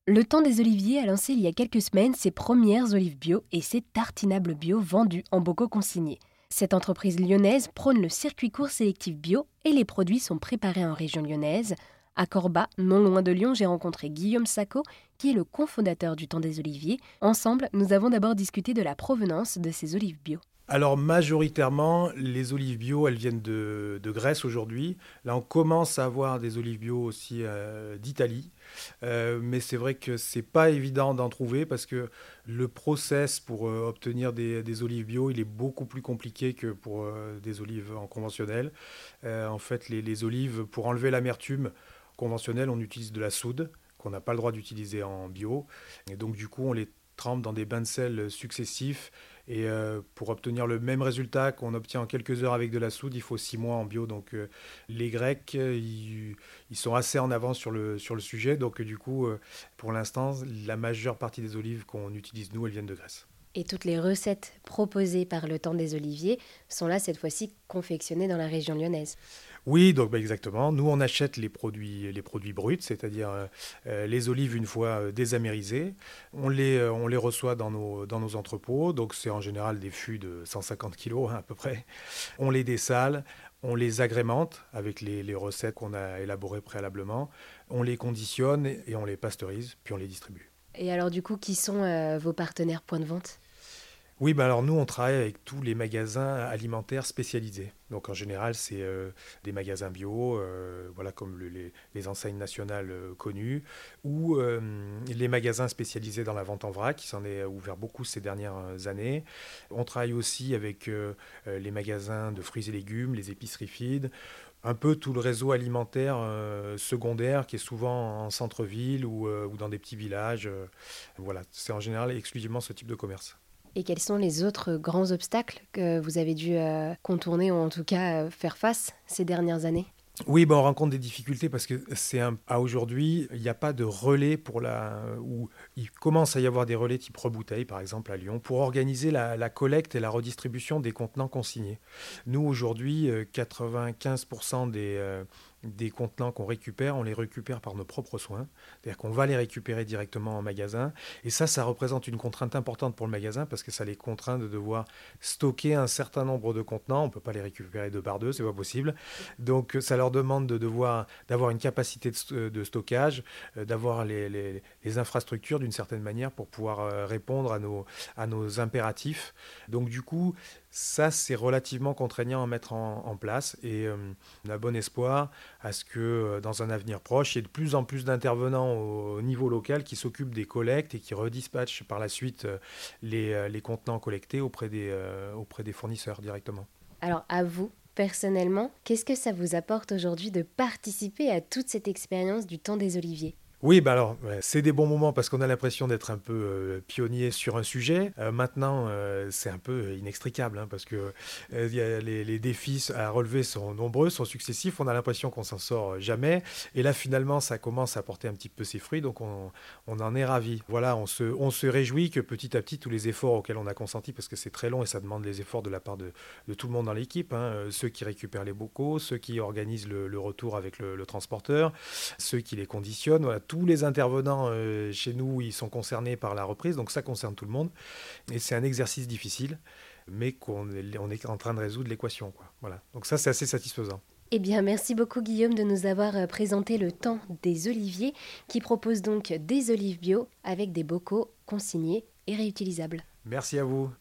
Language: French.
Le Temps des Oliviers a lancé il y a quelques semaines ses premières olives bio et ses tartinables bio vendus en bocaux consignés. Cette entreprise lyonnaise prône le circuit court sélectif bio et les produits sont préparés en région lyonnaise. À Corba, non loin de Lyon, j'ai rencontré Guillaume Sacco, qui est le cofondateur du Temps des Oliviers. Ensemble, nous avons d'abord discuté de la provenance de ces olives bio. Alors majoritairement, les olives bio, elles viennent de Grèce aujourd'hui. Là, on commence à avoir des olives bio aussi d'Italie. Mais c'est vrai que c'est pas évident d'en trouver parce que le process pour obtenir des olives bio, il est beaucoup plus compliqué que pour des olives en conventionnel. En fait, les olives, pour enlever l'amertume conventionnelle, on utilise de la soude qu'on n'a pas le droit d'utiliser en bio. Et donc du coup, on les trempe dans des bains de sel successifs et pour obtenir le même résultat qu'on obtient en quelques heures avec de la soude, il faut 6 mois en bio. Donc les Grecs, ils sont assez en avance sur le sujet. Donc du coup, pour l'instant, la majeure partie des olives qu'on utilise nous, elles viennent de Grèce. Et toutes les recettes proposées par le Temps des Oliviers sont là cette fois-ci confectionnées dans la région lyonnaise. Oui, donc exactement. Nous, on achète les produits bruts, c'est-à-dire les olives une fois désamérisées. On les reçoit dans nos entrepôts. Donc c'est en général des fûts de 150 kilos à peu près. On les dessale, on les agrémente avec les recettes qu'on a élaborées préalablement. On les conditionne et on les pasteurise, puis on les distribue. Et alors du coup, qui sont vos partenaires points de vente ? Oui, ben alors nous, on travaille avec tous les magasins alimentaires spécialisés. Donc en général, c'est des magasins bio, voilà, comme les enseignes nationales connues, ou les magasins spécialisés dans la vente en vrac, qui s'en est ouvert beaucoup ces dernières années. On travaille aussi avec les magasins de fruits et légumes, les épiceries feed, un peu tout le réseau alimentaire secondaire qui est souvent en centre-ville ou dans des petits villages. Voilà, c'est en général exclusivement ce type de commerce. Et quels sont les autres grands obstacles que vous avez dû contourner ou en tout cas faire face ces dernières années ? Oui, ben on rencontre des difficultés parce que à aujourd'hui, il n'y a pas de relais où il commence à y avoir des relais type Rebouteille, par exemple, à Lyon, pour organiser la collecte et la redistribution des contenants consignés. Nous, aujourd'hui, 95% des contenants qu'on récupère, on les récupère par nos propres soins. C'est-à-dire qu'on va les récupérer directement en magasin. Et ça représente une contrainte importante pour le magasin parce que ça les contraint de devoir stocker un certain nombre de contenants. On ne peut pas les récupérer deux par deux, c'est pas possible. Donc ça leur demande d'avoir une capacité de stockage, d'avoir les infrastructures d'une certaine manière pour pouvoir répondre à nos impératifs. Donc du coup, ça, c'est relativement contraignant à mettre en place et on a bon espoir à ce que dans un avenir proche, il y ait de plus en plus d'intervenants au niveau local qui s'occupent des collectes et qui redispatchent par la suite les contenants collectés auprès des fournisseurs directement. Alors à vous, personnellement, qu'est-ce que ça vous apporte aujourd'hui de participer à toute cette expérience du Temps des Oliviers ? Oui, bah alors, ouais, c'est des bons moments parce qu'on a l'impression d'être un peu pionnier sur un sujet. Maintenant, c'est un peu inextricable hein, parce que il y a les défis à relever sont nombreux, sont successifs. On a l'impression qu'on s'en sort jamais. Et là, finalement, ça commence à porter un petit peu ses fruits. Donc, on en est ravis. Voilà, on se réjouit que petit à petit, tous les efforts auxquels on a consenti, parce que c'est très long et ça demande les efforts de la part de tout le monde dans l'équipe, hein, ceux qui récupèrent les bocaux, ceux qui organisent le retour avec le transporteur, ceux qui les conditionnent. Voilà, tous les intervenants chez nous, ils sont concernés par la reprise, donc ça concerne tout le monde. Et c'est un exercice difficile, mais on est en train de résoudre l'équation, quoi. Voilà. Donc ça, c'est assez satisfaisant. Eh bien, merci beaucoup Guillaume de nous avoir présenté le Temps des Oliviers qui propose donc des olives bio avec des bocaux consignés et réutilisables. Merci à vous.